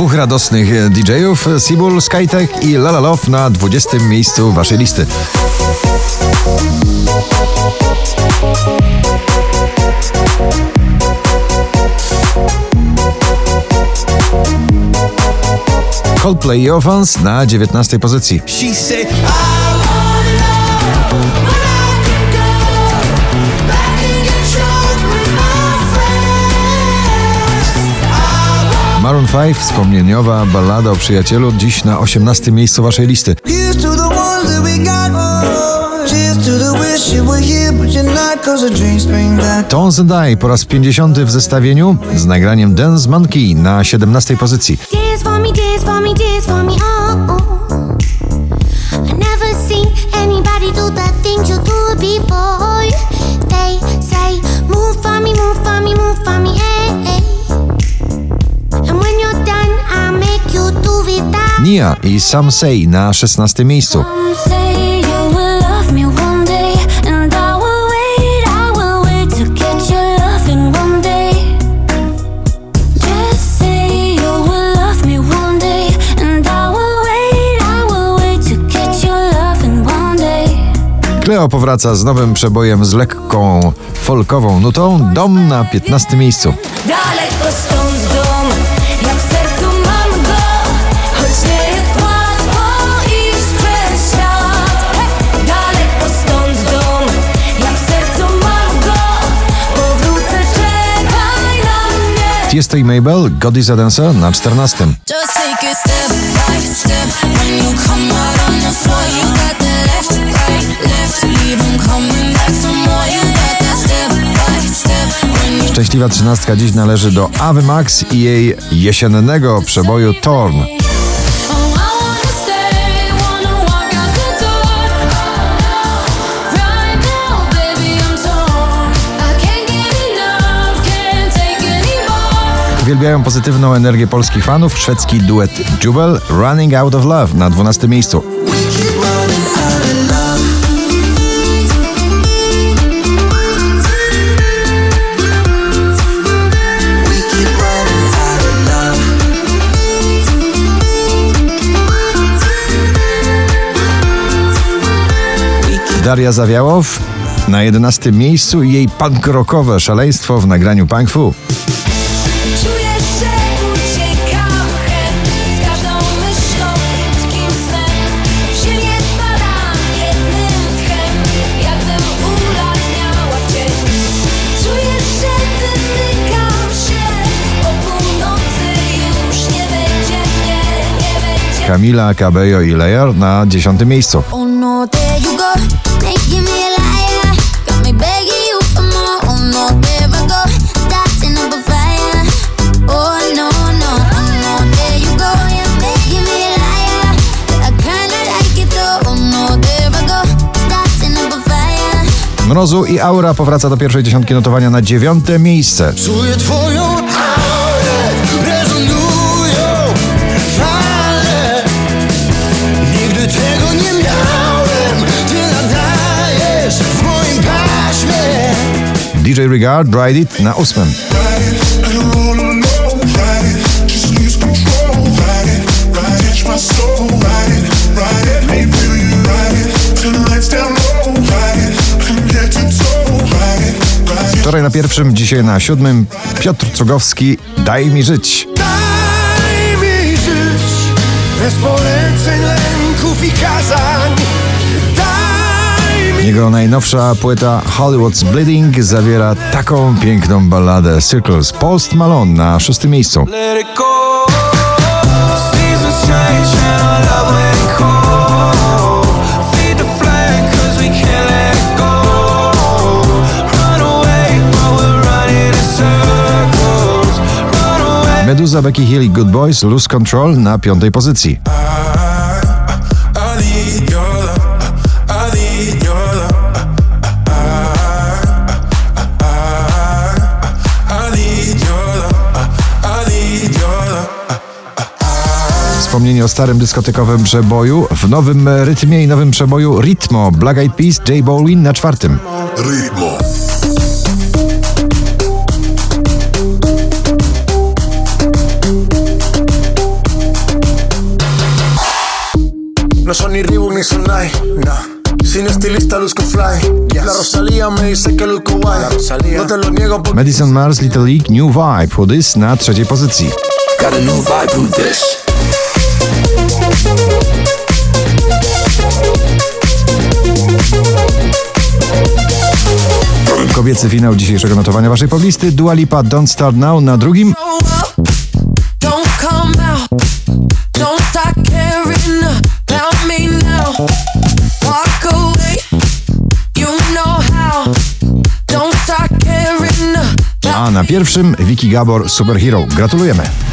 dwóch radosnych DJ-ów, Seabull, Skytech i La La Love na 20. miejscu waszej listy. Coldplay i Offense na 19. pozycji. Maroon 5, wspomnieniowa ballada o przyjacielu, dziś na 18. miejscu waszej listy. Tones and I po raz 50. w zestawieniu z nagraniem Dance Monkey na 17. pozycji. Nia i Some Say na 16. miejscu. Cleo powraca z nowym przebojem z lekką folkową nutą. Dom na 15. miejscu. Daleko stąd dom, ja w sercu mam go, choć nie jest łatwo iść przez świat. Daleko stąd dom, ja w sercu mam go, powrócę, czekaj na mnie. Tiesto i Mabel, God is a Dancer na 14. Just take it step by step, when you come out on the floor, you got the left, leave 'em coming back some more, you got that step by step. Szczęśliwa 13 dziś należy do Ave Max i jej jesiennego przeboju Torn. Uwielbiają pozytywną energię polskich fanów szwedzki duet Jubel, Running Out of Love na 12. miejscu. Daria Zawiałow na 11. miejscu i jej punk rockowe szaleństwo w nagraniu Punk Fu. Czuję, że uciekam z każdą myślą, krótkim snem. W ziemię spadam jednym tchem, jakbym ulatniała w cień. Czuję, że wymykam się, po północy już nie będzie mnie, nie będzie. Camila Cabello i Layer na 10. miejscu. Oh no, there you go, making me a liar. Got me begging you for more. Oh no, there I go, starting up a fire. Oh no, no, oh no, there you go, you're making me a liar. But I kinda like it though. Oh no, there I go, starting up a fire. Mrozu i Aura powraca do pierwszej dziesiątki notowania na 9. miejsce. Czuję twoją aurę, rezonują fale. Nigdy tego nie miałem, ty nadajesz w moim paśmie. DJ Regard, Ride It na 8. Wczoraj na 1, dzisiaj na 7. Piotr Cugowski, Daj mi żyć. Daj mi żyć, bez poleceń, lęków i kazań. Daj mi. Jego najnowsza płyta Hollywood's Bleeding zawiera taką piękną balladę Circles. Post Malone na 6. miejscu. Let it go. Seasons change and our love ain't cold. Feed the flame 'cause we can't let go. Run away while we're running in circles. Run away. Meduza, Becky Hill i Good Boys, Lose Control na 5. pozycji. I need your love. I need your love. I need your love. I need your love. Wspomnienie o starym dyskotekowym przeboju w nowym rytmie i nowym przeboju Ritmo, Black Eyed Peas, J Balvin na 4. Ritmo. hay, nah. Sin estilista luzco fly. La Rosalía me dice que luzco guay. No te lo niego porque Madison Mars, Little League, New Vibe, Who This na 3. pozycji. Got a new vibe, who this? Kobiecy finał dzisiejszego notowania waszej poblisty. Dua Lipa, Don't Start Now na 2. Don't come out, don't start caring about me now. Walk away, you know how. Don't start caring about A na 1. Vicky Gabor, Superhero. Gratulujemy.